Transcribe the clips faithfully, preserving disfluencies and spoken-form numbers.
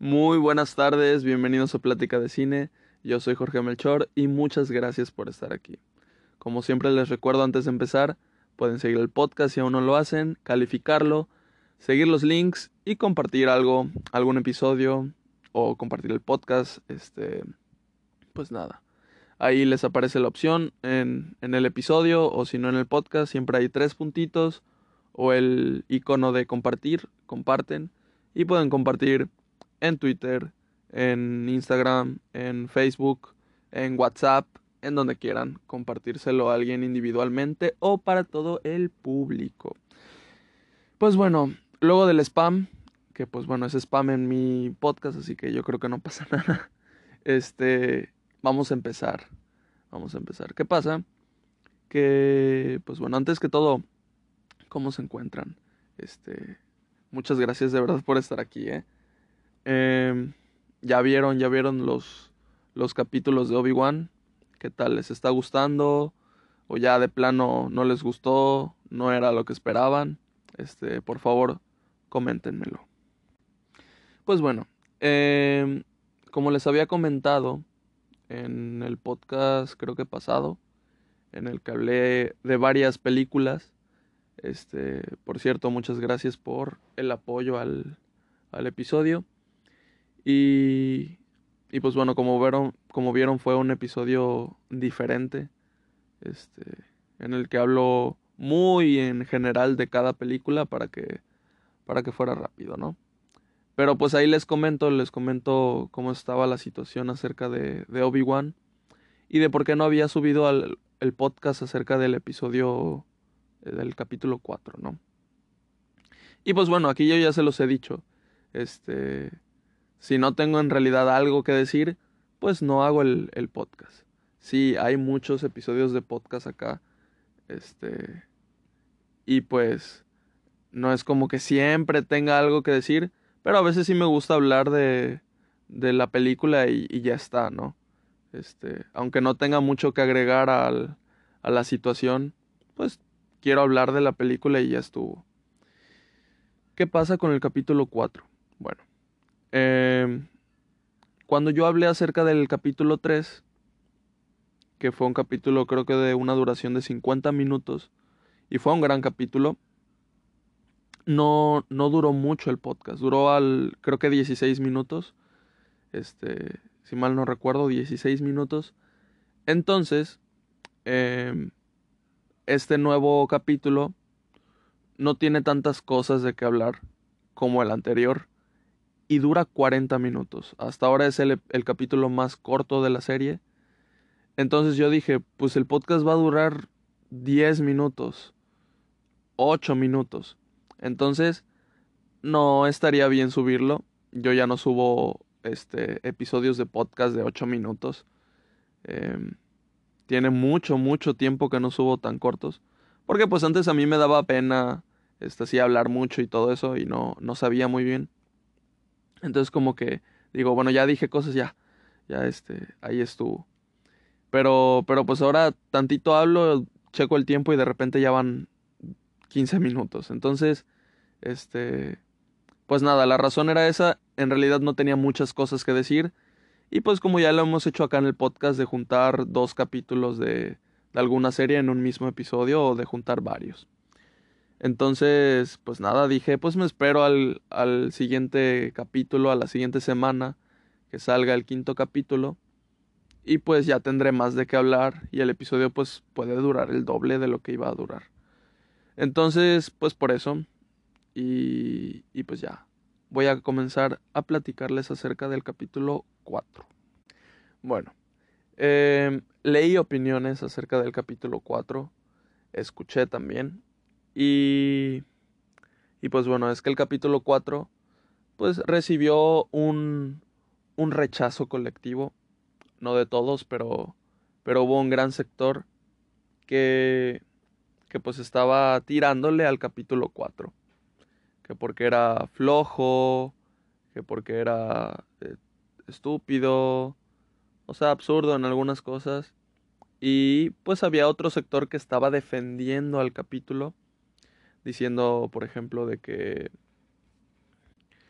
Muy buenas tardes, bienvenidos a Plática de Cine. Yo soy Jorge Melchor y muchas gracias por estar aquí. Como siempre les recuerdo antes de empezar, pueden seguir el podcast si aún no lo hacen, calificarlo, seguir los links y compartir algo, algún episodio o compartir el podcast. Este, pues nada, ahí les aparece la opción en, en el episodio o si no en el podcast, siempre hay tres puntitos o el icono de compartir, comparten y pueden compartir en Twitter, en Instagram, en Facebook, en WhatsApp, en donde quieran compartírselo a alguien individualmente o para todo el público. Pues bueno, luego del spam, que pues bueno, es spam en mi podcast, así que yo creo que no pasa nada. Este, vamos a empezar. Vamos a empezar. ¿Qué pasa? Que, pues bueno, antes que todo, ¿cómo se encuentran? Este, muchas gracias de verdad por estar aquí, ¿eh? Eh, ya vieron, ya vieron los, los capítulos de Obi-Wan. ¿Qué tal? ¿Les está gustando? ¿O ya de plano no les gustó? ¿No era lo que esperaban? Este, por favor, coméntenmelo. Pues bueno, eh, como les había comentado en el podcast, creo que pasado, en el que hablé de varias películas. Este, por cierto, muchas gracias por el apoyo al, al episodio. Y, y pues bueno, como vieron, como vieron fue un episodio diferente, este, en el que hablo muy en general de cada película para que, para que fuera rápido, ¿no? Pero pues ahí les comento, les comento cómo estaba la situación acerca de, de Obi-Wan y de por qué no había subido al, el podcast acerca del episodio eh, del capítulo cuatro, ¿no? Y pues bueno, aquí yo ya se los he dicho, este... Si no tengo en realidad algo que decir, pues no hago el, el podcast. Sí, hay muchos episodios de podcast acá. Este. Y pues. No es como que siempre tenga algo que decir. Pero a veces sí me gusta hablar de. de la película y, y ya está, ¿no? Este. Aunque no tenga mucho que agregar al, a la situación. Pues quiero hablar de la película y ya estuvo. ¿Qué pasa con el capítulo cuatro? Bueno. Eh, Cuando yo hablé acerca del capítulo tres, que fue un capítulo creo que de una duración de cincuenta minutos, y fue un gran capítulo, no, no duró mucho el podcast, duró al, creo que dieciséis minutos, este, si mal no recuerdo, dieciséis minutos. Entonces, eh, este nuevo capítulo no tiene tantas cosas de qué hablar como el anterior, y dura cuarenta minutos. Hasta ahora es el, el capítulo más corto de la serie. Entonces yo dije, pues el podcast va a durar diez minutos, ocho minutos. Entonces no estaría bien subirlo. Yo ya no subo este, episodios de podcast de ocho minutos. Em, Tiene mucho, mucho tiempo que no subo tan cortos. Porque pues antes a mí me daba pena este, así hablar mucho y todo eso y no, no sabía muy bien. Entonces como que digo, bueno, ya dije cosas, ya, ya este, ahí estuvo. Pero, pero pues ahora tantito hablo, checo el tiempo y de repente ya van quince minutos. Entonces, este, pues nada, la razón era esa. En realidad no tenía muchas cosas que decir. Y pues como ya lo hemos hecho acá en el podcast de juntar dos capítulos de, de alguna serie en un mismo episodio o de juntar varios. Entonces, pues nada, dije, pues me espero al, al siguiente capítulo, a la siguiente semana, que salga el quinto capítulo. Y pues ya tendré más de qué hablar y el episodio pues puede durar el doble de lo que iba a durar. Entonces, pues por eso. Y, y pues ya. Voy a comenzar a platicarles acerca del capítulo cuatro. Bueno, eh, leí opiniones acerca del capítulo cuatro. Escuché también. Y, y pues bueno, es que el capítulo cuatro pues recibió un, un rechazo colectivo. No de todos, pero, pero hubo un gran sector que, que pues estaba tirándole al capítulo cuatro. Que porque era flojo, que porque era eh, estúpido, o sea, absurdo en algunas cosas. Y pues había otro sector que estaba defendiendo al capítulo, diciendo, por ejemplo, de que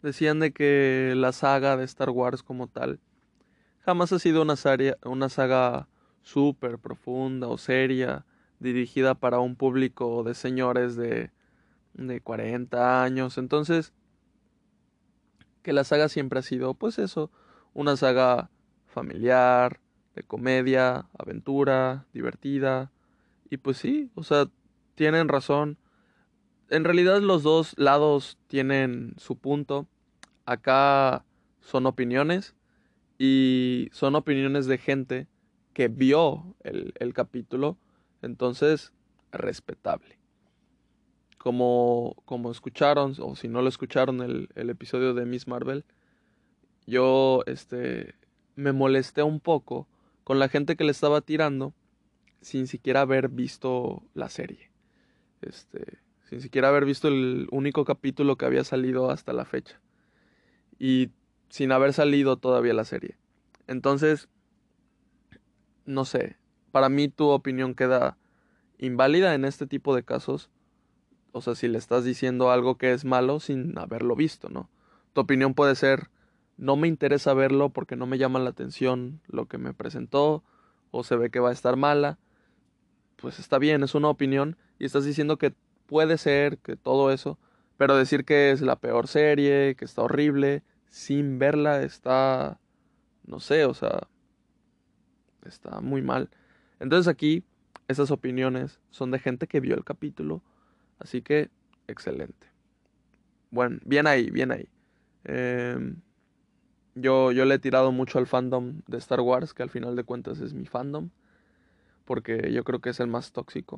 decían de que la saga de Star Wars como tal jamás ha sido una, saga, una saga súper profunda o seria, dirigida para un público de señores de, de cuarenta años. Entonces, que la saga siempre ha sido, pues eso, una saga familiar, de comedia, aventura, divertida. Y pues sí, o sea, tienen razón. En realidad los dos lados tienen su punto. Acá son opiniones y son opiniones de gente que vio el, el capítulo, entonces respetable. Como, como escucharon, o si no lo escucharon el, el episodio de Miss Marvel, yo este, me molesté un poco con la gente que le estaba tirando sin siquiera haber visto la serie. Este, sin siquiera haber visto el único capítulo que había salido hasta la fecha. Y sin haber salido todavía la serie. Entonces, no sé, para mí tu opinión queda inválida en este tipo de casos. O sea, si le estás diciendo algo que es malo sin haberlo visto, ¿no? Tu opinión puede ser, no me interesa verlo porque no me llama la atención lo que me presentó, o se ve que va a estar mala. Pues está bien, es una opinión, y estás diciendo que puede ser, que todo eso, pero decir que es la peor serie, que está horrible, sin verla, está, no sé, o sea, está muy mal. Entonces aquí, esas opiniones son de gente que vio el capítulo, así que, excelente. Bueno, bien ahí, bien ahí. Eh, yo, yo le he tirado mucho al fandom de Star Wars, que al final de cuentas es mi fandom, porque yo creo que es el más tóxico.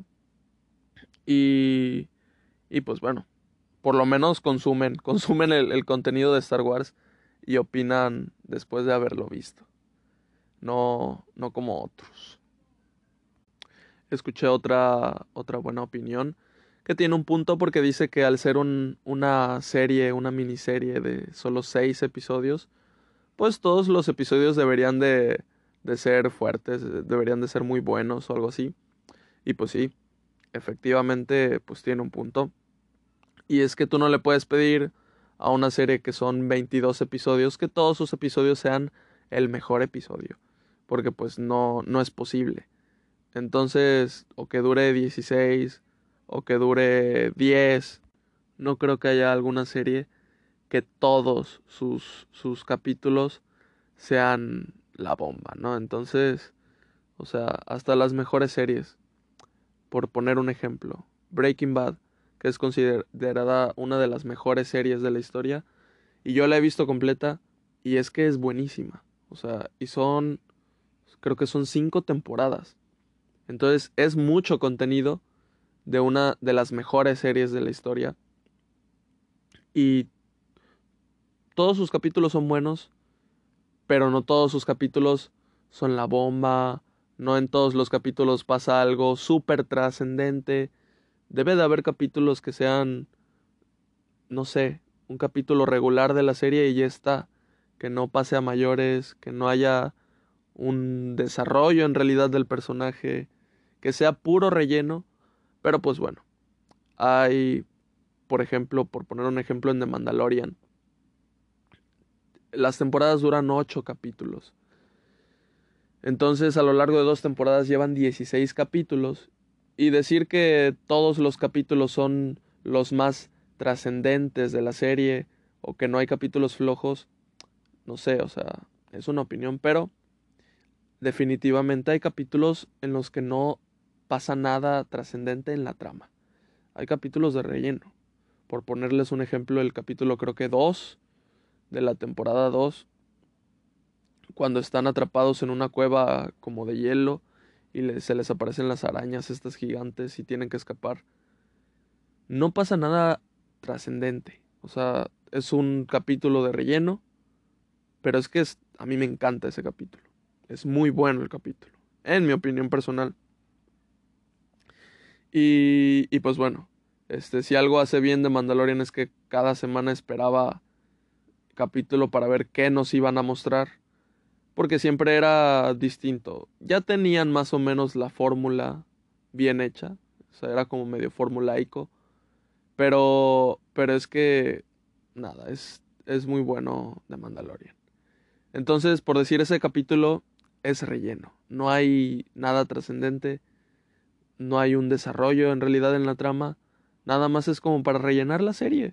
Y, y pues bueno, por lo menos consumen, consumen el, el contenido de Star Wars y opinan después de haberlo visto. No, no como otros. Escuché otra, otra buena opinión que tiene un punto porque dice que al ser un, una serie, una miniserie de solo seis episodios, pues todos los episodios deberían de, de ser fuertes, deberían de ser muy buenos o algo así. Y pues sí, efectivamente, pues tiene un punto. Y es que tú no le puedes pedir a una serie que son veintidós episodios que todos sus episodios sean el mejor episodio, porque pues no, no es posible. Entonces, o que dure dieciséis, o que dure diez, no creo que haya alguna serie que todos sus, sus capítulos sean la bomba, ¿no? Entonces, o sea, hasta las mejores series, por poner un ejemplo, Breaking Bad, que es considerada una de las mejores series de la historia, y yo la he visto completa, y es que es buenísima. O sea, y son, creo que son cinco temporadas. Entonces es mucho contenido de una de las mejores series de la historia. Y todos sus capítulos son buenos, pero no todos sus capítulos son la bomba. No en todos los capítulos pasa algo súper trascendente. Debe de haber capítulos que sean, no sé, un capítulo regular de la serie y ya está. Que no pase a mayores, que no haya un desarrollo en realidad del personaje, que sea puro relleno. Pero pues bueno, hay, por ejemplo, por poner un ejemplo en The Mandalorian, las temporadas duran ocho capítulos. Entonces, a lo largo de dos temporadas llevan dieciséis capítulos. Y decir que todos los capítulos son los más trascendentes de la serie o que no hay capítulos flojos, no sé, o sea, es una opinión, pero definitivamente hay capítulos en los que no pasa nada trascendente en la trama. Hay capítulos de relleno. Por ponerles un ejemplo, el capítulo creo que dos de la temporada dos, cuando están atrapados en una cueva como de hielo y le- se les aparecen las arañas estas gigantes y tienen que escapar. No pasa nada trascendente. O sea, es un capítulo de relleno, pero es que es- a mí me encanta ese capítulo. Es muy bueno el capítulo, en mi opinión personal. Y, y pues bueno, este, si algo hace bien de Mandalorian es que cada semana esperaba capítulo para ver qué nos iban a mostrar, porque siempre era distinto. Ya tenían más o menos la fórmula bien hecha, o sea, era como medio formulaico, pero, pero es que, nada, es, es muy bueno The Mandalorian. Entonces, por decir, ese capítulo es relleno. No hay nada trascendente, no hay un desarrollo en realidad en la trama. Nada más es como para rellenar la serie.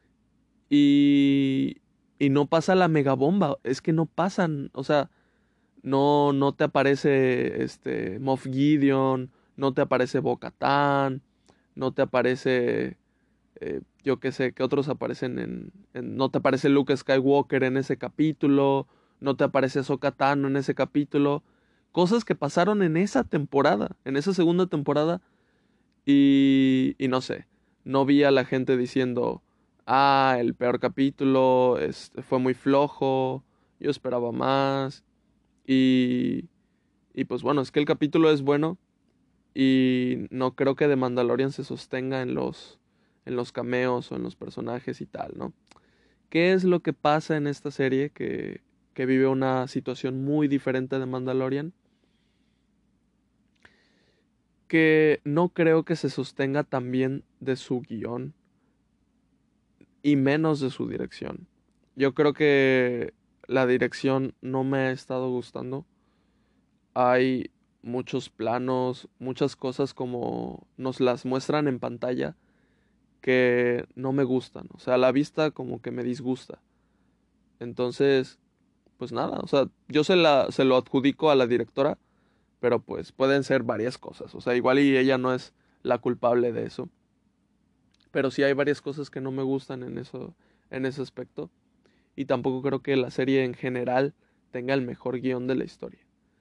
Y, y no pasa la megabomba. Es que no pasan. O sea, no, no te aparece este Moff Gideon, no te aparece Bo-Katan, no te aparece, eh, yo qué sé, que otros aparecen en, en- no te aparece Luke Skywalker en ese capítulo, no te aparece Ahsoka Tano en ese capítulo. Cosas que pasaron en esa temporada, en esa segunda temporada, y, y no sé, no vi a la gente diciendo, ah, el peor capítulo, este, fue muy flojo, yo esperaba más. Y, y pues bueno, es que el capítulo es bueno y no creo que The Mandalorian se sostenga en los, en los cameos o en los personajes y tal, ¿no? ¿Qué es lo que pasa en esta serie que, que vive una situación muy diferente de Mandalorian? Que no creo que se sostenga también de su guión y menos de su dirección. Yo creo que la dirección no me ha estado gustando. Hay muchos planos, muchas cosas como nos las muestran en pantalla que no me gustan. O sea, a la vista como que me disgusta. Entonces, pues nada, o sea, yo se la, se lo adjudico a la directora, pero pues pueden ser varias cosas. O sea, igual y ella no es la culpable de eso. Pero sí hay varias cosas que no me gustan en eso, en ese aspecto. Y tampoco creo que la serie en general tenga el mejor guión de la historia.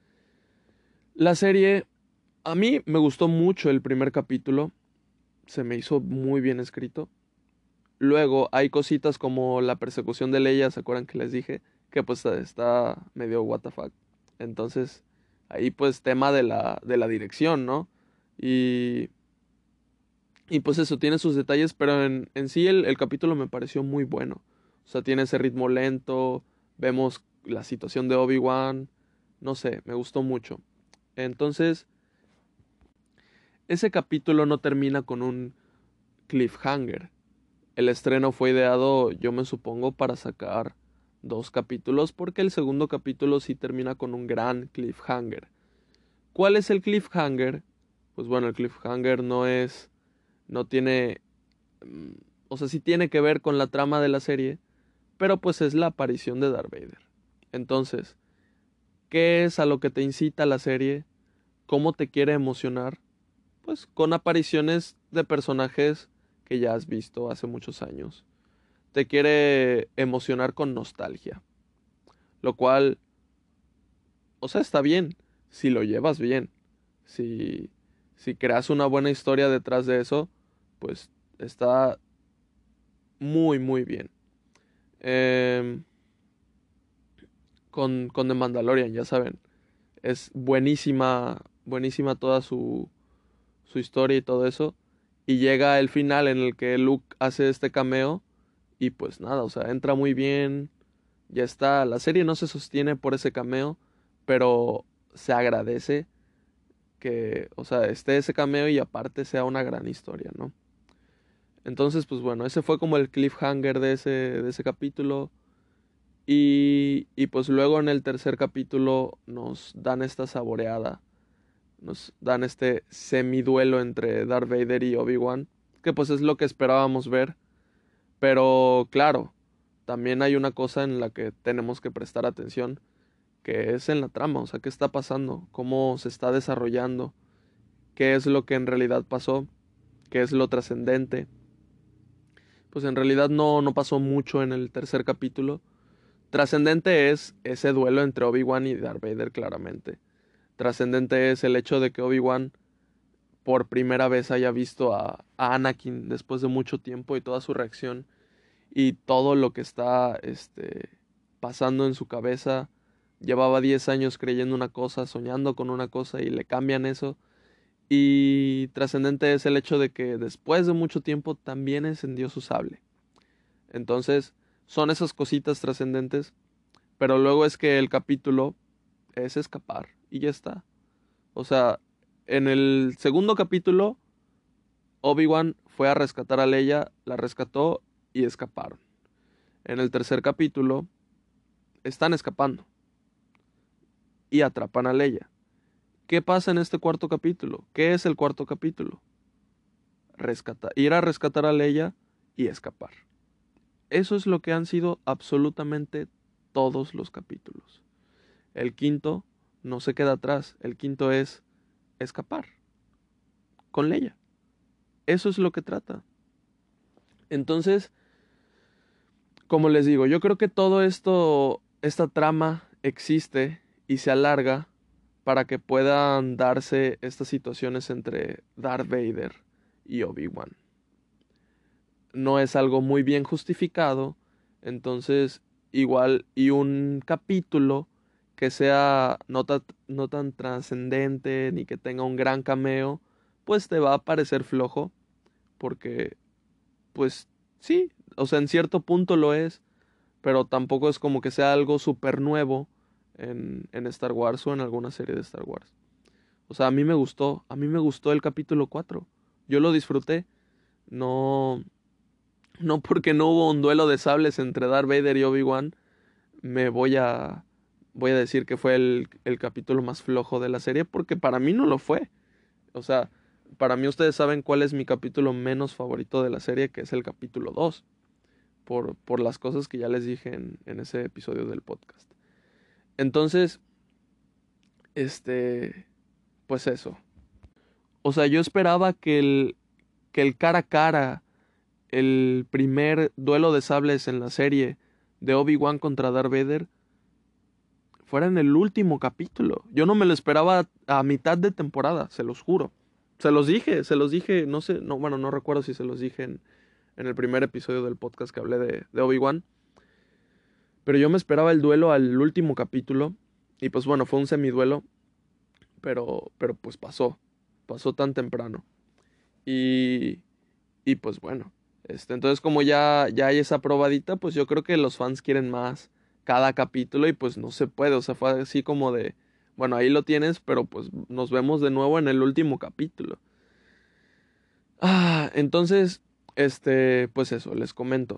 La serie, a mí me gustó mucho el primer capítulo. Se me hizo muy bien escrito. Luego hay cositas como la persecución de Leia, ¿se acuerdan que les dije? Que pues está medio what the fuck. Entonces, ahí pues tema de la, de la dirección, ¿no? Y, y pues eso, tiene sus detalles, pero en, en sí el, el capítulo me pareció muy bueno. O sea, tiene ese ritmo lento, vemos la situación de Obi-Wan, no sé, me gustó mucho. Entonces, ese capítulo no termina con un cliffhanger. El estreno fue ideado, yo me supongo, para sacar dos capítulos, porque el segundo capítulo sí termina con un gran cliffhanger. ¿Cuál es el cliffhanger? Pues bueno, el cliffhanger no es, no tiene, mm, o sea, sí tiene que ver con la trama de la serie, pero pues es la aparición de Darth Vader. Entonces, ¿qué es a lo que te incita la serie? ¿Cómo te quiere emocionar? Pues con apariciones de personajes que ya has visto hace muchos años. Te quiere emocionar con nostalgia, lo cual, o sea, está bien si lo llevas bien, si, si creas una buena historia detrás de eso, pues está muy, muy bien. Em, con, con The Mandalorian, ya saben, es buenísima, buenísima toda su, su historia y todo eso, y llega el final en el que Luke hace este cameo, y pues nada, o sea, entra muy bien. Ya está, la serie no se sostiene por ese cameo, pero se agradece que, o sea, esté ese cameo y aparte sea una gran historia, ¿no? Entonces, pues bueno, ese fue como el cliffhanger de ese, de ese capítulo. Y, y pues luego en el tercer capítulo nos dan esta saboreada, nos dan este semiduelo entre Darth Vader y Obi-Wan, que pues es lo que esperábamos ver. Pero claro, también hay una cosa en la que tenemos que prestar atención, que es en la trama, o sea, qué está pasando, cómo se está desarrollando, qué es lo que en realidad pasó, qué es lo trascendente. Pues en realidad no, no pasó mucho en el tercer capítulo. Trascendente es ese duelo entre Obi-Wan y Darth Vader, claramente. Trascendente es el hecho de que Obi-Wan por primera vez haya visto a, a Anakin después de mucho tiempo y toda su reacción y todo lo que está este, pasando en su cabeza. Llevaba diez años creyendo una cosa, soñando con una cosa y le cambian eso. Y trascendente es el hecho de que después de mucho tiempo también encendió su sable. Entonces, son esas cositas trascendentes, pero luego es que el capítulo es escapar y ya está. O sea, en el segundo capítulo, Obi-Wan fue a rescatar a Leia, la rescató y escaparon. en el tercer capítulo, están escapando y atrapan a Leia. ¿Qué pasa en este cuarto capítulo? ¿Qué es el cuarto capítulo? Rescatar, ir a rescatar a Leia y escapar. Eso es lo que han sido absolutamente todos los capítulos. El quinto no se queda atrás. El quinto es escapar con Leia. Eso es lo que trata. Entonces, como les digo, yo creo que todo esto, esta trama existe y se alarga para que puedan darse estas situaciones entre Darth Vader y Obi-Wan. No es algo muy bien justificado, entonces igual y un capítulo que sea no, ta- no tan trascendente ni que tenga un gran cameo, pues te va a parecer flojo, porque pues sí, o sea, en cierto punto lo es, pero tampoco es como que sea algo súper nuevo en, en Star Wars o en alguna serie de Star Wars. O sea, a mí me gustó, a mí me gustó el capítulo cuatro. Yo lo disfruté. No, no porque no hubo un duelo de sables entre Darth Vader y Obi-Wan, me voy a, voy a decir que fue el, el capítulo más flojo de la serie, porque para mí no lo fue. O sea, para mí ustedes saben cuál es mi capítulo menos favorito de la serie, que es el capítulo dos, por, por las cosas que ya les dije en, en ese episodio del podcast. Entonces, este, pues eso. O sea, yo esperaba que el, que el cara a cara, el primer duelo de sables en la serie de Obi-Wan contra Darth Vader, fuera en el último capítulo. Yo no me lo esperaba a mitad de temporada, se los juro. Se los dije, se los dije, no sé, no, bueno, no recuerdo si se los dije en, en el primer episodio del podcast que hablé de, de Obi-Wan. Pero yo me esperaba el duelo al último capítulo. Y pues bueno, fue un semiduelo. Pero, pero pues pasó. Pasó tan temprano. Y, y pues bueno. Este, entonces como ya, ya hay esa probadita, pues yo creo que los fans quieren más cada capítulo y pues no se puede. O sea, fue así como de, bueno, ahí lo tienes, pero pues nos vemos de nuevo en el último capítulo. Ah, entonces, este, pues eso, les comento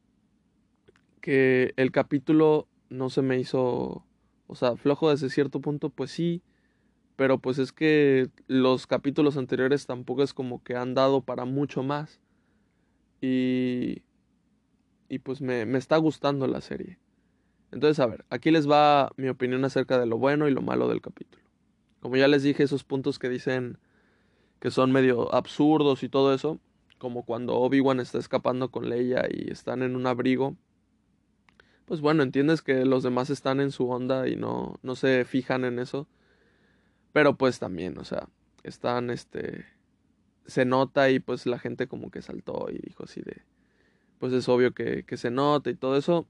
que el capítulo no se me hizo, o sea, flojo desde cierto punto, pues sí, pero pues es que los capítulos anteriores tampoco es como que han dado para mucho más y, y pues me, me está gustando la serie. Entonces, a ver, aquí les va mi opinión acerca de lo bueno y lo malo del capítulo. Como ya les dije, esos puntos que dicen que son medio absurdos y todo eso, como cuando Obi-Wan está escapando con Leia y están en un abrigo, pues bueno, entiendes que los demás están en su onda y no, no se fijan en eso. Pero pues también, o sea, están, este, se nota y pues la gente como que saltó y dijo así de, pues es obvio que, que se nota y todo eso.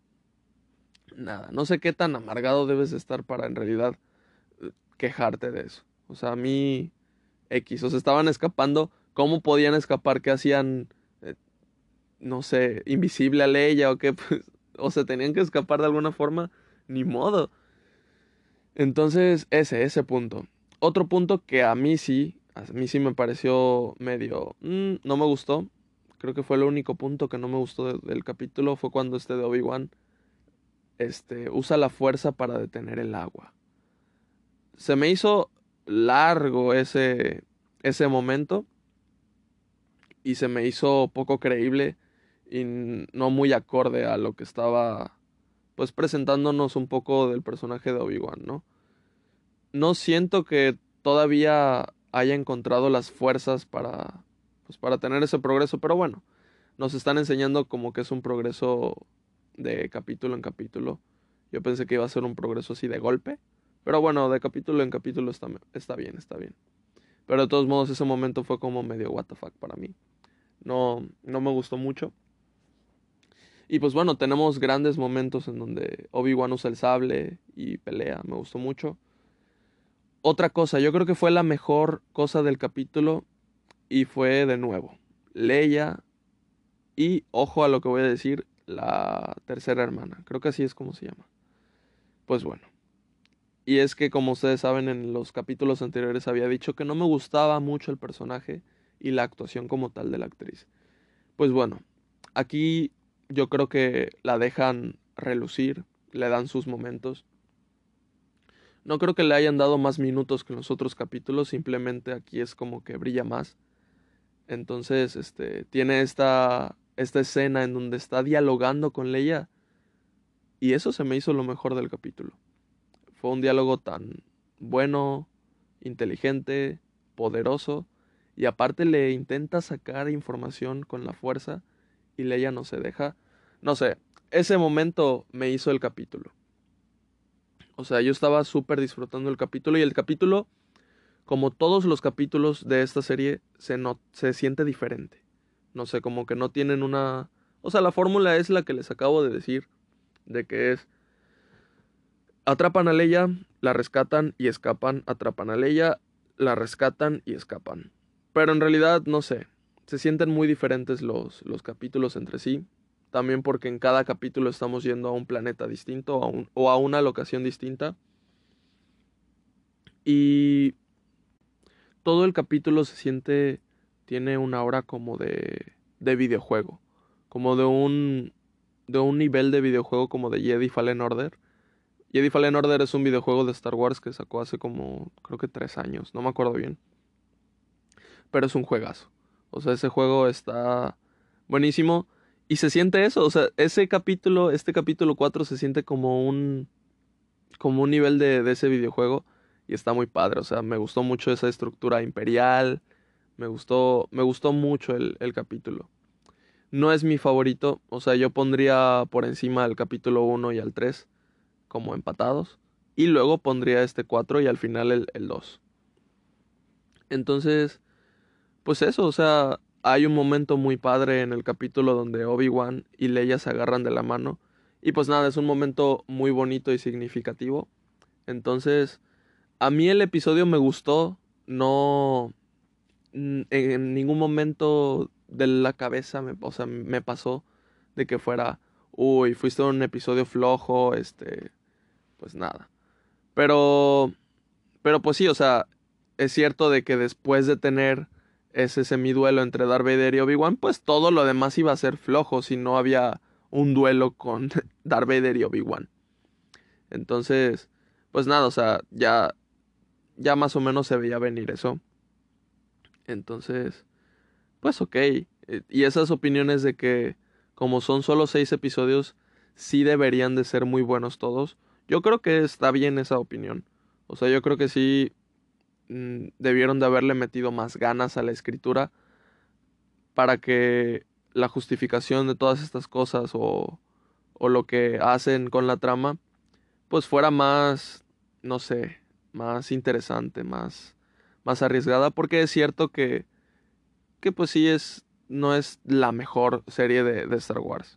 Nada, no sé qué tan amargado debes de estar para en realidad eh, quejarte de eso. O sea, a mí, X, o sea, estaban escapando, ¿cómo podían escapar? ¿Qué hacían? Eh, no sé, invisible a Leia o qué, pues, o sea, tenían que escapar de alguna forma, ni modo. Entonces, ese, ese punto. Otro punto que a mí sí, a mí sí me pareció medio, mm, no me gustó. Creo que fue el único punto que no me gustó de- del capítulo, fue cuando este de Obi-Wan, este, usa la fuerza para detener el agua. Se me hizo largo ese, ese momento y se me hizo poco creíble y n- no muy acorde a lo que estaba, pues, presentándonos un poco del personaje de Obi-Wan, ¿no? No siento que todavía haya encontrado las fuerzas para, pues, para tener ese progreso, pero bueno, nos están enseñando como que es un progreso de capítulo en capítulo. Yo pensé que iba a ser un progreso así de golpe, pero bueno, de capítulo en capítulo está, está bien, está bien. Pero de todos modos ese momento fue como medio what the fuck para mí. No, no me gustó mucho. Y pues bueno, tenemos grandes momentos en donde Obi-Wan usa el sable y pelea, me gustó mucho. Otra cosa, yo creo que fue la mejor cosa del capítulo y fue de nuevo Leia y, ojo a lo que voy a decir, la tercera hermana. Creo que así es como se llama. Pues bueno. Y es que como ustedes saben en los capítulos anteriores había dicho que no me gustaba mucho el personaje y la actuación como tal de la actriz. Pues bueno, aquí yo creo que la dejan relucir, le dan sus momentos. No creo que le hayan dado más minutos que en los otros capítulos, simplemente aquí es como que brilla más. Entonces, este, tiene esta, esta escena en donde está dialogando con Leia y eso se me hizo lo mejor del capítulo. Fue un diálogo tan bueno, inteligente, poderoso y aparte le intenta sacar información con la fuerza y Leia no se deja. No sé, ese momento me hizo el capítulo. O sea, yo estaba súper disfrutando el capítulo y el capítulo, como todos los capítulos de esta serie, se, no, se siente diferente. No sé, como que no tienen una... O sea, la fórmula es la que les acabo de decir, de que es... Atrapan a Leia, la rescatan y escapan, atrapan a Leia, la rescatan y escapan. Pero en realidad, no sé, se sienten muy diferentes los, los capítulos entre sí. También porque en cada capítulo estamos yendo a un planeta distinto a un, o a una locación distinta. Y todo el capítulo se siente, tiene una hora como de, de videojuego, como de un, de un nivel de videojuego como de Jedi Fallen Order. Jedi Fallen Order es un videojuego de Star Wars que sacó hace como, creo que tres años, no me acuerdo bien. Pero es un juegazo. O sea, ese juego está buenísimo. Y se siente eso, o sea, ese capítulo, este capítulo cuatro se siente como un, como un nivel de, de ese videojuego. Y está muy padre, o sea, me gustó mucho esa estructura imperial. Me gustó, me gustó mucho el, el capítulo. No es mi favorito, o sea, yo pondría por encima el capítulo uno y al tres como empatados. Y luego pondría este cuatro y al final el, el dos. Entonces, pues eso, o sea, hay un momento muy padre en el capítulo donde Obi-Wan y Leia se agarran de la mano. Y pues nada, es un momento muy bonito y significativo. Entonces, a mí el episodio me gustó. No, n- en ningún momento de la cabeza me, o sea, me pasó de que fuera, uy, fuiste un episodio flojo, este, pues nada. Pero, pero pues sí, o sea, es cierto de que después de tener ese semiduelo entre Darth Vader y Obi-Wan, pues todo lo demás iba a ser flojo si no había un duelo con Darth Vader y Obi-Wan. Entonces, pues nada, o sea, ya, ya más o menos se veía venir eso. Entonces, pues ok. Eh, Y esas opiniones de que como son solo seis episodios, sí deberían de ser muy buenos todos. Yo creo que está bien esa opinión. O sea, yo creo que sí mm, debieron de haberle metido más ganas a la escritura para que la justificación de todas estas cosas o, o lo que hacen con la trama, pues fuera más, no sé, más interesante, más, más arriesgada, porque es cierto que que pues sí es, no es la mejor serie de, de Star Wars.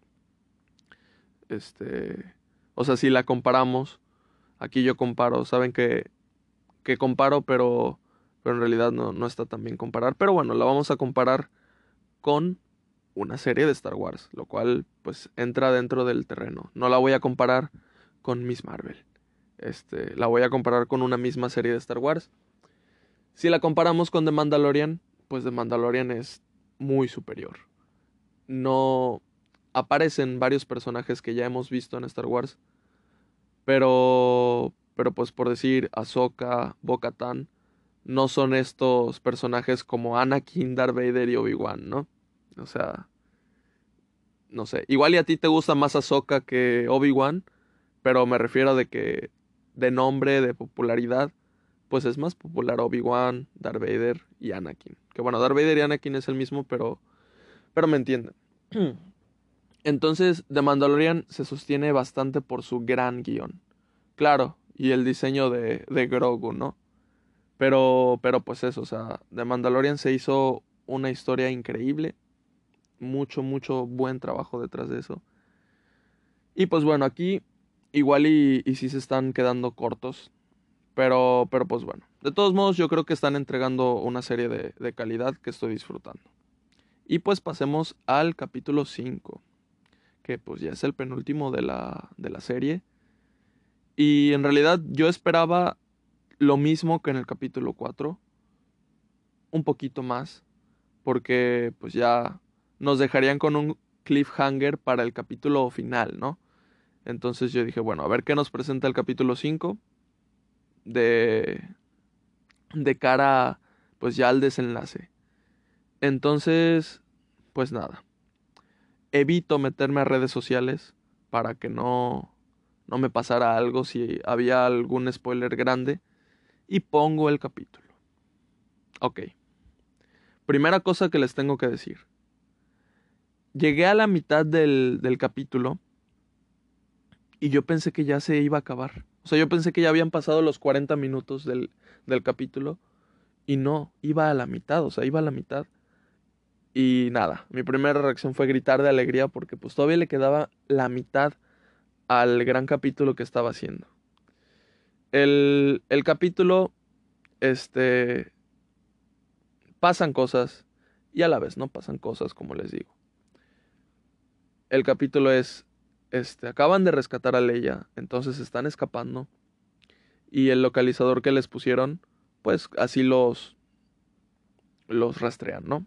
Este, o sea, si la comparamos, aquí yo comparo, saben que, que comparo, pero, pero en realidad no, no está tan bien comparar. Pero bueno, la vamos a comparar con una serie de Star Wars, lo cual pues entra dentro del terreno. No la voy a comparar con Miss Marvel. Este, la voy a comparar con una misma serie de Star Wars. Si la comparamos con The Mandalorian, pues The Mandalorian es muy superior. No aparecen varios personajes que ya hemos visto en Star Wars, pero pero pues por decir Ahsoka, Bo-Katan, no son estos personajes como Anakin, Darth Vader y Obi-Wan, ¿no? O sea, no sé, igual y a ti te gusta más Ahsoka que Obi-Wan, pero me refiero de que de nombre, de popularidad, pues es más popular Obi-Wan, Darth Vader y Anakin. Que bueno, Darth Vader y Anakin es el mismo, pero pero me entienden. Entonces, The Mandalorian se sostiene bastante por su gran guión. Claro, y el diseño de, de Grogu, ¿no? Pero, pero pues eso, o sea, The Mandalorian se hizo una historia increíble. Mucho, mucho buen trabajo detrás de eso. Y pues bueno, aquí igual y, y sí se están quedando cortos. Pero, pero pues bueno. De todos modos, yo creo que están entregando una serie de, de calidad que estoy disfrutando. Y pues pasemos al capítulo cinco, que pues ya es el penúltimo de la, de la serie. Y en realidad yo esperaba lo mismo que en el capítulo cuatro, un poquito más, porque pues ya nos dejarían con un, cliffhanger para el capítulo final, ¿no? Entonces yo dije, bueno, a ver qué nos presenta el capítulo cinco de, de cara, pues ya al desenlace. Entonces, pues nada, evito meterme a redes sociales para que no, no me pasara algo si había algún spoiler grande y pongo el capítulo. Ok, primera cosa que les tengo que decir. Llegué a la mitad del, del capítulo y yo pensé que ya se iba a acabar. O sea, yo pensé que ya habían pasado los cuarenta minutos del, del capítulo y no, iba a la mitad, o sea, iba a la mitad. Y nada, mi primera reacción fue gritar de alegría porque pues todavía le quedaba la mitad al gran capítulo que estaba haciendo. El, el capítulo, este, pasan cosas y a la vez no pasan cosas, como les digo. El capítulo es, este, acaban de rescatar a Leia, entonces están escapando y el localizador que les pusieron, pues así los, los rastrean, ¿no?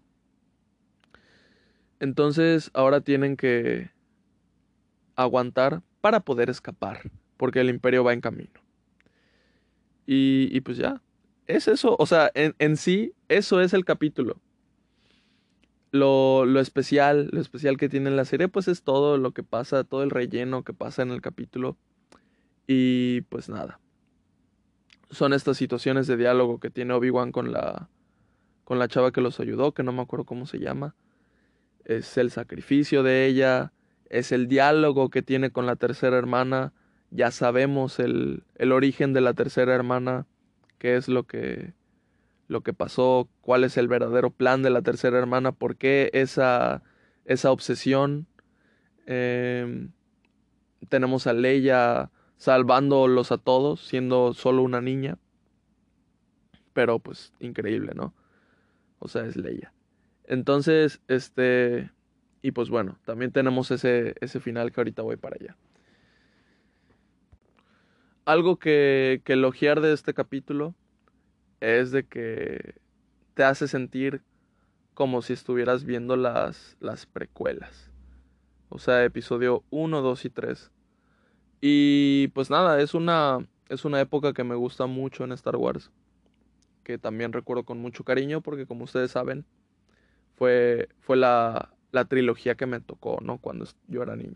Entonces ahora tienen que aguantar para poder escapar, porque el imperio va en camino. Y, y pues ya, es eso, o sea, en, en sí, eso es el capítulo. Lo, lo especial, lo especial que tiene la serie, pues es todo lo que pasa, todo el relleno que pasa en el capítulo. Y pues nada, son estas situaciones de diálogo que tiene Obi-Wan con la, con la chava que los ayudó, que no me acuerdo cómo se llama. Es el sacrificio de ella, es el diálogo que tiene con la tercera hermana. Ya sabemos el, el origen de la tercera hermana, qué es lo que, lo que pasó, cuál es el verdadero plan de la tercera hermana, por qué esa, esa obsesión. Eh, tenemos a Leia salvándolos a todos, siendo solo una niña. Pero pues increíble, ¿no? O sea, es Leia. Entonces, este... Y pues bueno, también tenemos ese, ese final que ahorita voy para allá. Algo que, que elogiar de este capítulo es de que te hace sentir como si estuvieras viendo las, las precuelas. O sea, episodio uno, dos y tres. Y pues nada, es una, es una época que me gusta mucho en Star Wars. Que también recuerdo con mucho cariño porque como ustedes saben, fue, fue la, la trilogía que me tocó, ¿no? Cuando yo era niño.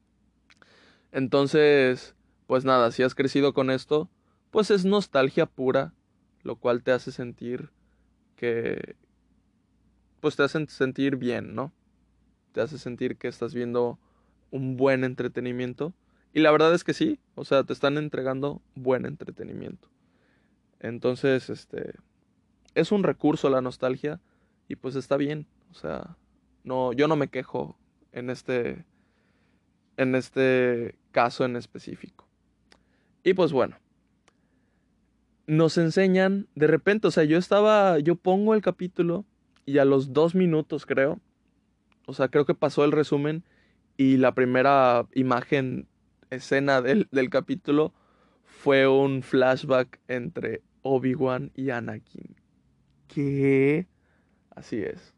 Entonces, pues nada, si has crecido con esto, pues es nostalgia pura, lo cual te hace sentir que, pues te hace sentir bien, ¿no? Te hace sentir que estás viendo un buen entretenimiento. Y la verdad es que sí, o sea, te están entregando buen entretenimiento. Entonces, este, es un recurso la nostalgia y pues está bien, o sea, no, yo no me quejo en este, en este caso en específico. Y pues bueno, nos enseñan de repente, o sea, yo estaba, yo pongo el capítulo y a los dos minutos creo, o sea, creo que pasó el resumen y la primera imagen, escena del, del capítulo fue un flashback entre Obi-Wan y Anakin. ¿Qué? Así es.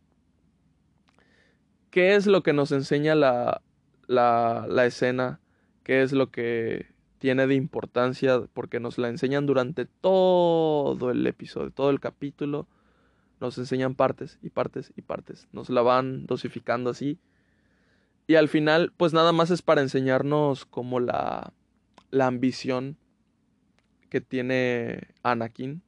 ¿Qué es lo que nos enseña la, la, la escena? ¿Qué es lo que tiene de importancia? Porque nos la enseñan durante todo el episodio, todo el capítulo. Nos enseñan partes y partes y partes. Nos la van dosificando así. Y al final, pues nada más es para enseñarnos como la, la ambición que tiene Anakin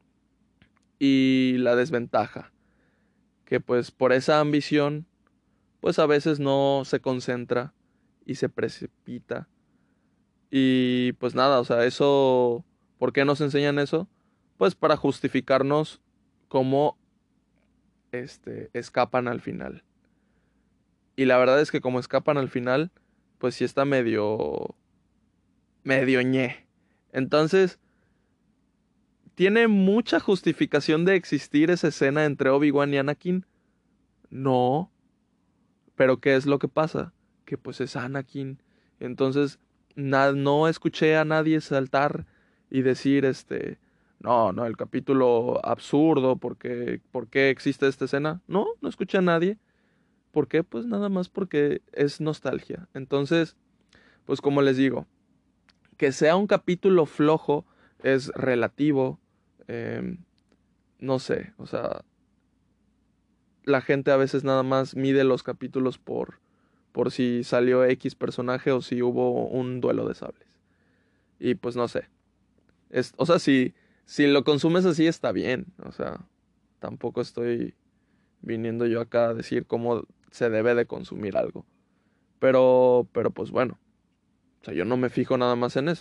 y la desventaja. Que pues por esa ambición pues a veces no se concentra y se precipita. Y pues nada, o sea, eso, ¿por qué nos enseñan eso? Pues para justificarnos cómo este, escapan al final. Y la verdad es que como escapan al final, pues sí está medio, medio ñe. Entonces, ¿tiene mucha justificación de existir esa escena entre Obi-Wan y Anakin? No. Pero ¿qué es lo que pasa? Que pues es Anakin. Entonces, na- no escuché a nadie saltar y decir, este, no, no, el capítulo absurdo, porque, ¿por qué existe esta escena? No, no escuché a nadie. ¿por qué? Pues nada más porque es nostalgia. Entonces, pues como les digo, que sea un capítulo flojo es relativo. Eh, no sé, o sea, la gente a veces nada más mide los capítulos por, por si salió X personaje o si hubo un duelo de sables. Y pues no sé. Es, o sea, si, si lo consumes así está bien. O sea, tampoco estoy viniendo yo acá a decir cómo se debe de consumir algo. Pero, pero pues bueno. O sea, yo no me fijo nada más en eso.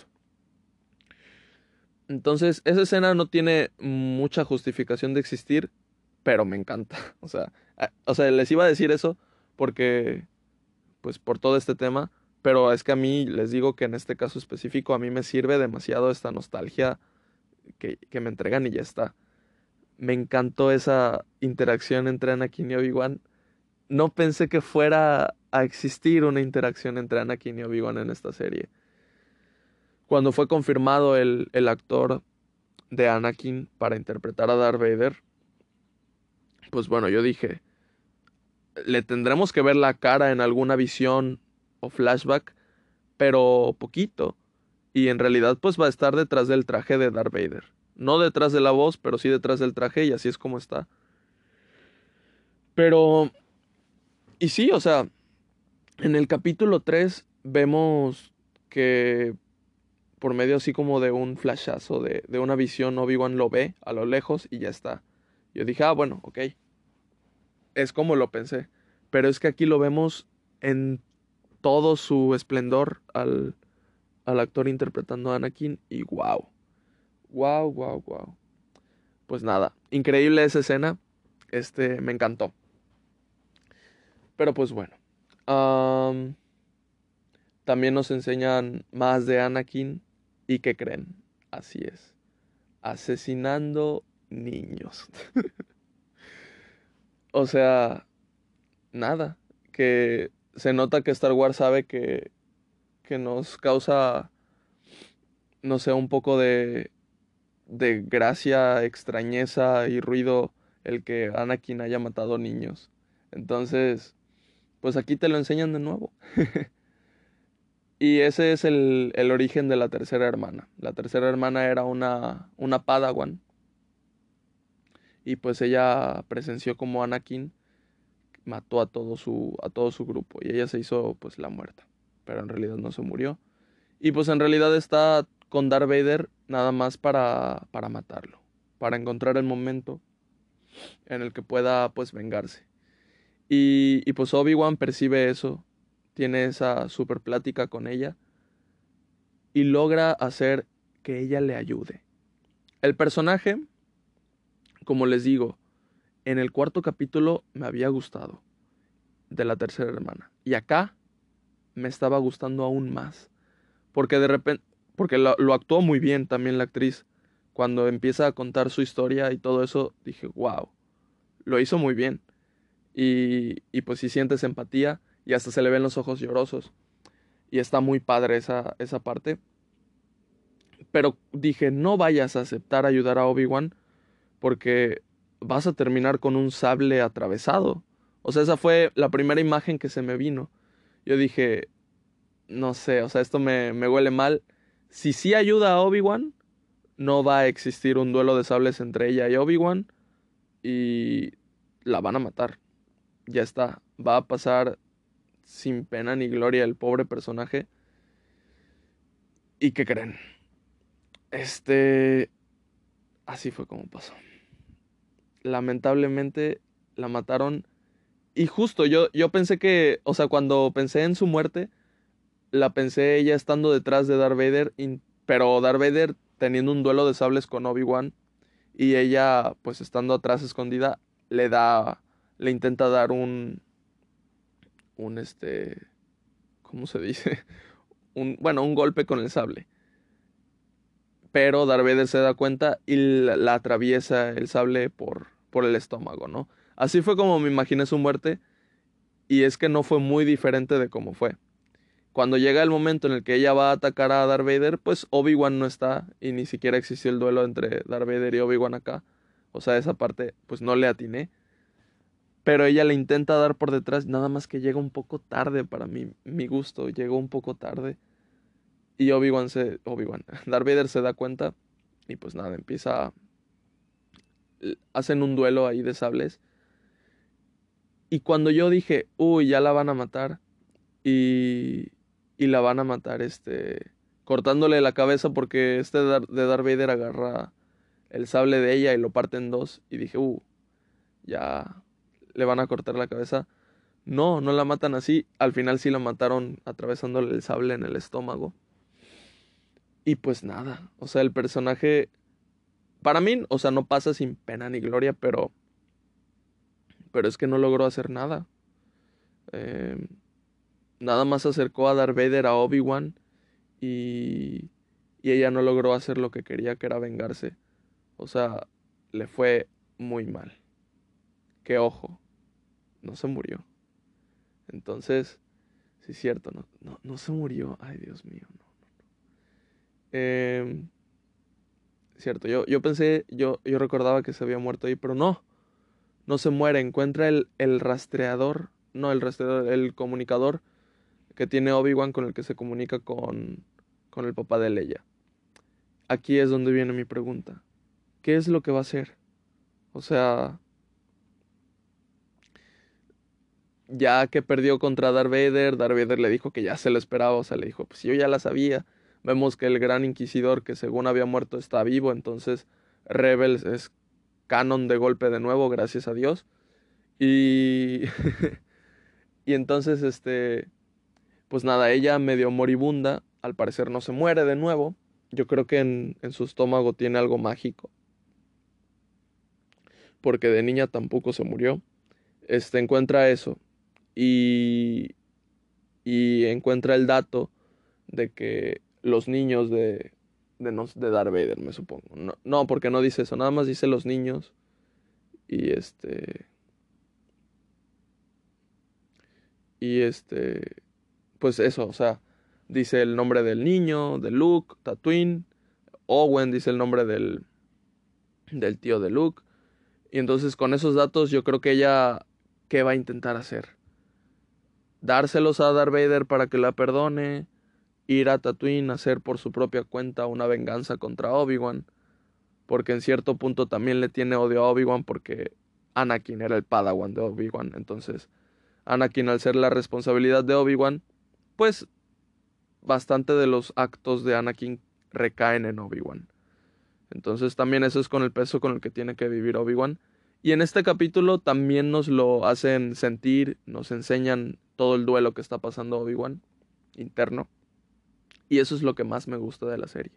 Entonces, esa escena no tiene mucha justificación de existir, pero me encanta. O sea, a- o sea, les iba a decir eso porque, pues, por todo este tema, pero es que a mí, les digo que en este caso específico, a mí me sirve demasiado esta nostalgia que, que me entregan y ya está. Me encantó esa interacción entre Anakin y Obi-Wan. No pensé que fuera a existir una interacción entre Anakin y Obi-Wan en esta serie. Cuando fue confirmado el, el actor de Anakin para interpretar a Darth Vader, pues bueno, yo dije, le tendremos que ver la cara en alguna visión o flashback, pero poquito. Y en realidad pues va a estar detrás del traje de Darth Vader. No detrás de la voz, pero sí detrás del traje y así es como está. Pero, y sí, o sea, en el capítulo tres vemos que por medio así como de un flashazo, de, de una visión, Obi-Wan lo ve a lo lejos y ya está. Yo dije, ah, bueno, ok. Es como lo pensé. Pero es que aquí lo vemos en todo su esplendor al, al actor interpretando a Anakin y wow. Wow, wow, wow. Pues nada, increíble esa escena. Este, me encantó. Pero pues bueno. Am, también nos enseñan más de Anakin. ¿Y qué creen? Así es. Asesinando niños. O sea, nada. Que se nota que Star Wars sabe que, que nos causa, no sé, un poco de, de gracia, extrañeza y ruido el que Anakin haya matado niños. Entonces, pues aquí te lo enseñan de nuevo. Y ese es el, el origen de la tercera hermana. La tercera hermana era una, una Padawan. Y pues ella presenció como Anakin mató a todo su, a todo su grupo. Y ella se hizo pues la muerta. Pero en realidad no se murió. Y pues en realidad está con Darth Vader nada más para, para matarlo. Para encontrar el momento en el que pueda pues vengarse. Y, y pues Obi-Wan percibe eso. Tiene esa super plática con ella. Y logra hacer que ella le ayude. El personaje, como les digo, en el cuarto capítulo me había gustado. De la tercera hermana. Y acá me estaba gustando aún más. Porque de repente, porque lo, lo actuó muy bien también la actriz. Cuando empieza a contar su historia y todo eso, dije, wow, lo hizo muy bien. Y, y pues si sientes empatía y hasta se le ven los ojos llorosos. Y está muy padre esa, esa parte. Pero dije, no vayas a aceptar ayudar a Obi-Wan porque vas a terminar con un sable atravesado. O sea, esa fue la primera imagen que se me vino. Yo dije, no sé, o sea, esto me, me huele mal. Si sí ayuda a Obi-Wan, no va a existir un duelo de sables entre ella y Obi-Wan y la van a matar. Ya está, va a pasar sin pena ni gloria el pobre personaje. ¿Y qué creen? Este, así fue como pasó. Lamentablemente la mataron y justo yo, yo pensé que, o sea, cuando pensé en su muerte, la pensé ella estando detrás de Darth Vader, in- pero Darth Vader teniendo un duelo de sables con Obi-Wan y ella pues estando atrás escondida le da, le intenta dar un, un este, ¿cómo se dice? Un, bueno, un golpe con el sable. Pero Darth Vader se da cuenta y la, la atraviesa el sable por, por el estómago, ¿no? Así fue como me imaginé su muerte y es que no fue muy diferente de cómo fue. Cuando llega el momento en el que ella va a atacar a Darth Vader, pues Obi-Wan no está y ni siquiera existió el duelo entre Darth Vader y Obi-Wan acá. O sea, esa parte pues no le atiné. pero ella le intenta dar por detrás, nada más que llega un poco tarde para mi, mi gusto, llegó un poco tarde. Y Obi-Wan se, Obi-Wan, Darth Vader se da cuenta y pues nada, empieza, hacen un duelo ahí de sables. Y cuando yo dije, uy, ya la van a matar y, y la van a matar, este, cortándole la cabeza porque este Dar- de Darth Vader agarra el sable de ella y lo parte en dos y dije, uh, ya le van a cortar la cabeza. No, no la matan así. Al final sí la mataron atravesándole el sable en el estómago. Y pues nada, o sea, el personaje, para mí, o sea, no pasa sin pena ni gloria, pero, pero es que no logró hacer nada. Eh, Nada más acercó a Darth Vader a Obi-Wan y, y ella no logró hacer lo que quería, que era vengarse. O sea, le fue muy mal. Que ojo, no se murió. Entonces, sí es cierto, no, no, no se murió. Ay, Dios mío, no. Eh, cierto, yo, yo pensé, yo, yo recordaba que se había muerto ahí, pero no, no se muere. Encuentra el, el rastreador, no el rastreador, el comunicador que tiene Obi-Wan con el que se comunica con, con el papá de Leia. Aquí es donde viene mi pregunta. ¿Qué es lo que va a hacer? O sea, ya que perdió contra Darth Vader, Darth Vader le dijo que ya se lo esperaba, o sea, le dijo, pues yo ya la sabía. Vemos que el gran inquisidor que según había muerto está vivo, entonces Rebels es canon de golpe de nuevo, gracias a Dios. Y y entonces este pues nada, ella medio moribunda, al parecer no se muere de nuevo. Yo creo que en, en su estómago tiene algo mágico, porque de niña tampoco se murió. Este encuentra eso y y encuentra el dato de que los niños de, de, no- de Darth Vader, me supongo. No, no, porque no dice eso, nada más dice los niños. Y este. Y este. Pues eso, o sea, dice el nombre del niño, de Luke, Tatooine. Owen dice el nombre del, del tío de Luke. Y entonces con esos datos yo creo que ella, ¿qué va a intentar hacer? Dárselos a Darth Vader para que la perdone, ir a Tatooine a hacer por su propia cuenta una venganza contra Obi-Wan, porque en cierto punto también le tiene odio a Obi-Wan porque Anakin era el Padawan de Obi-Wan, entonces Anakin al ser la responsabilidad de Obi-Wan, pues bastante de los actos de Anakin recaen en Obi-Wan. Entonces también eso es con el peso con el que tiene que vivir Obi-Wan. Y en este capítulo también nos lo hacen sentir, nos enseñan todo el duelo que está pasando Obi-Wan interno. Y eso es lo que más me gusta de la serie.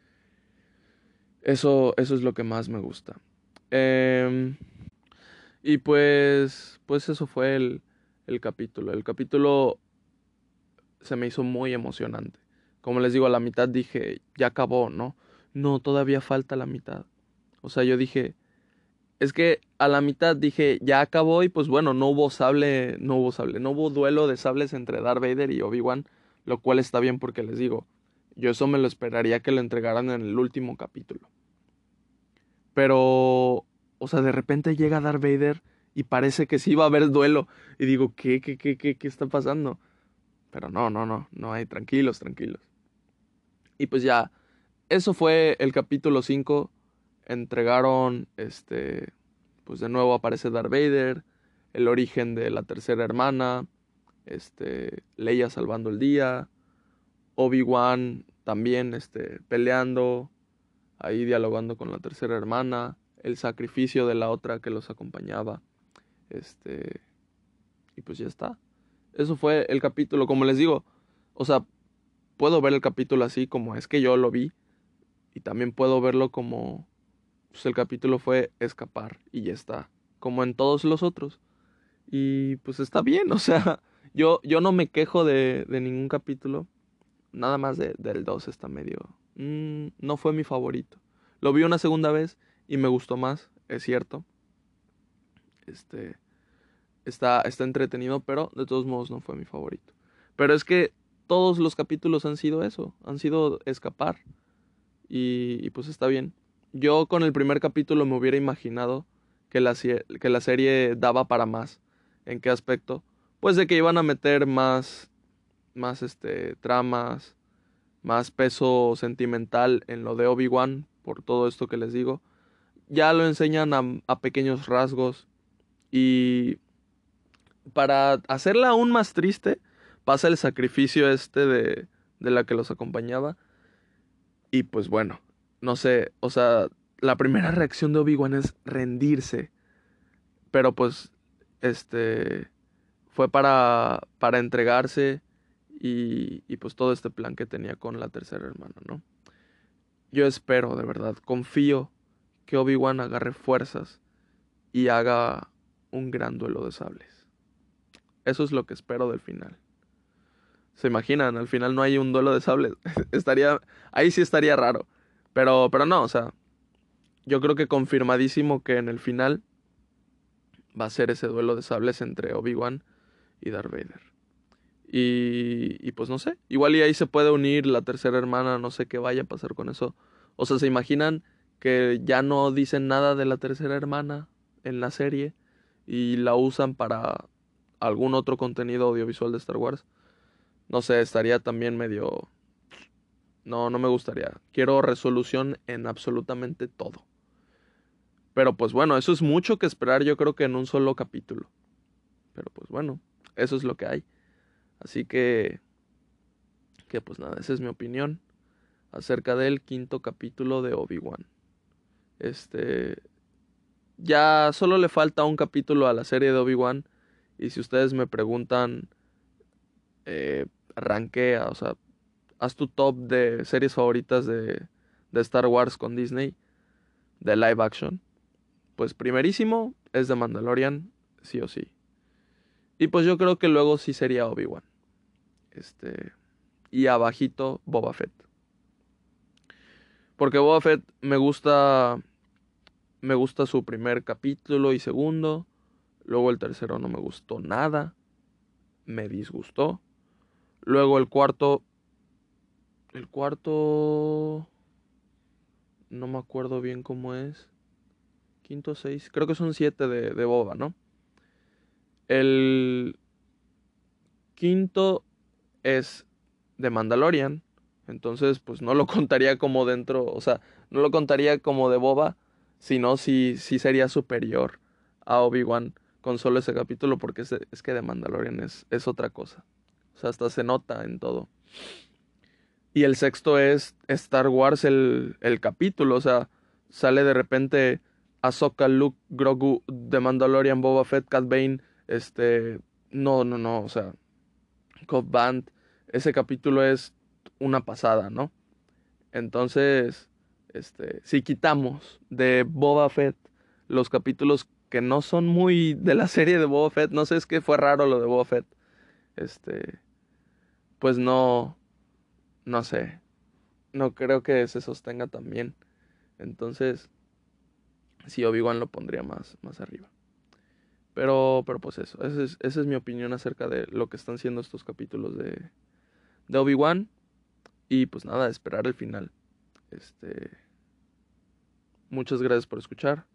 Eso, eso es lo que más me gusta. Em, y pues, pues eso fue el, el capítulo. El capítulo se me hizo muy emocionante. Como les digo, a la mitad dije, ya acabó, ¿no? No, todavía falta la mitad. O sea, yo dije, es que a la mitad dije, ya acabó y pues bueno, no hubo sable, no hubo sable, no hubo duelo de sables entre Darth Vader y Obi-Wan, lo cual está bien porque les digo, yo eso me lo esperaría que lo entregaran en el último capítulo. Pero, o sea, de repente llega Darth Vader y parece que sí va a haber duelo. Y digo, ¿qué, qué, qué, qué, qué está pasando? Pero no, no, no, no hay, tranquilos, tranquilos. Y pues ya, eso fue el capítulo cinco. Entregaron, este, pues de nuevo aparece Darth Vader, el origen de la tercera hermana, este, Leia salvando el día, Obi-Wan también, este, peleando, ahí dialogando con la tercera hermana, el sacrificio de la otra que los acompañaba, este, y pues ya está. Eso fue el capítulo, como les digo, o sea, puedo ver el capítulo así como es que yo lo vi, y también puedo verlo como, pues el capítulo fue escapar, y ya está, como en todos los otros. Y pues está bien, o sea, yo, yo no me quejo de, de ningún capítulo. Nada más de, del dos está medio... mm, no fue mi favorito. Lo vi una segunda vez y me gustó más, es cierto. Este, está, está entretenido, pero de todos modos no fue mi favorito. Pero es que todos los capítulos han sido eso, han sido escapar. Y, y pues está bien. Yo con el primer capítulo me hubiera imaginado que la, sie- que la serie daba para más. ¿En qué aspecto? Pues de que iban a meter más, más este, tramas, más peso sentimental en lo de Obi-Wan, por todo esto que les digo. Ya lo enseñan a, a pequeños rasgos y para hacerla aún más triste, pasa el sacrificio este de, de la que los acompañaba. Y pues bueno, no sé, o sea, la primera reacción de Obi-Wan es rendirse. Pero pues, este, fue para, para entregarse y, y pues todo este plan que tenía con la tercera hermana, ¿no? Yo espero, de verdad, confío que Obi-Wan agarre fuerzas y haga un gran duelo de sables. Eso es lo que espero del final. ¿Se imaginan? Al final no hay un duelo de sables. Estaría, ahí sí estaría raro. Pero, pero no, o sea, yo creo que confirmadísimo que en el final va a ser ese duelo de sables entre Obi-Wan y Darth Vader. Y, y pues no sé, igual y ahí se puede unir la tercera hermana, no sé qué vaya a pasar con eso. O sea, ¿se imaginan que ya no dicen nada de la tercera hermana en la serie y la usan para algún otro contenido audiovisual de Star Wars? No sé, estaría también medio... No, no me gustaría. Quiero resolución en absolutamente todo. Pero pues bueno, eso es mucho que esperar yo creo que en un solo capítulo. Pero pues bueno, eso es lo que hay. Así que... Que pues nada, esa es mi opinión acerca del quinto capítulo de Obi-Wan. Este, ya solo le falta un capítulo a la serie de Obi-Wan. Y si ustedes me preguntan, eh, rankea, o sea, haz tu top de series favoritas de, de Star Wars con Disney, de live action. Pues primerísimo es The Mandalorian, sí o sí. Y pues yo creo que luego sí sería Obi-Wan. Este, y abajito Boba Fett. Porque Boba Fett me gusta Me gusta su primer capítulo y segundo. Luego el tercero no me gustó nada. Me disgustó. Luego el cuarto. El cuarto. No me acuerdo bien cómo es. Quinto, seis. Creo que son siete de, de Boba, ¿no? El quinto es de Mandalorian. Entonces, pues no lo contaría como dentro. O sea, no lo contaría como de Boba. Sino sí, sí sería superior a Obi-Wan con solo ese capítulo, porque es, es que de Mandalorian es, es otra cosa. O sea, hasta se nota en todo. Y el sexto es Star Wars, el, el capítulo. O sea, sale de repente Ahsoka, Luke, Grogu, The Mandalorian, Boba Fett, Cad Bane. Este. No, no, no. O sea, Cobb Band. Ese capítulo es una pasada, ¿no? Entonces, este, si quitamos de Boba Fett los capítulos que no son muy de la serie de Boba Fett, no sé, es que fue raro lo de Boba Fett. Este, pues no, no sé, no creo que se sostenga tan bien. Entonces, sí, Obi-Wan lo pondría más, más arriba. Pero, pero pues eso, esa es, esa es mi opinión acerca de lo que están siendo estos capítulos de, de Obi-Wan. Y pues nada, esperar el final. Este, muchas gracias por escuchar.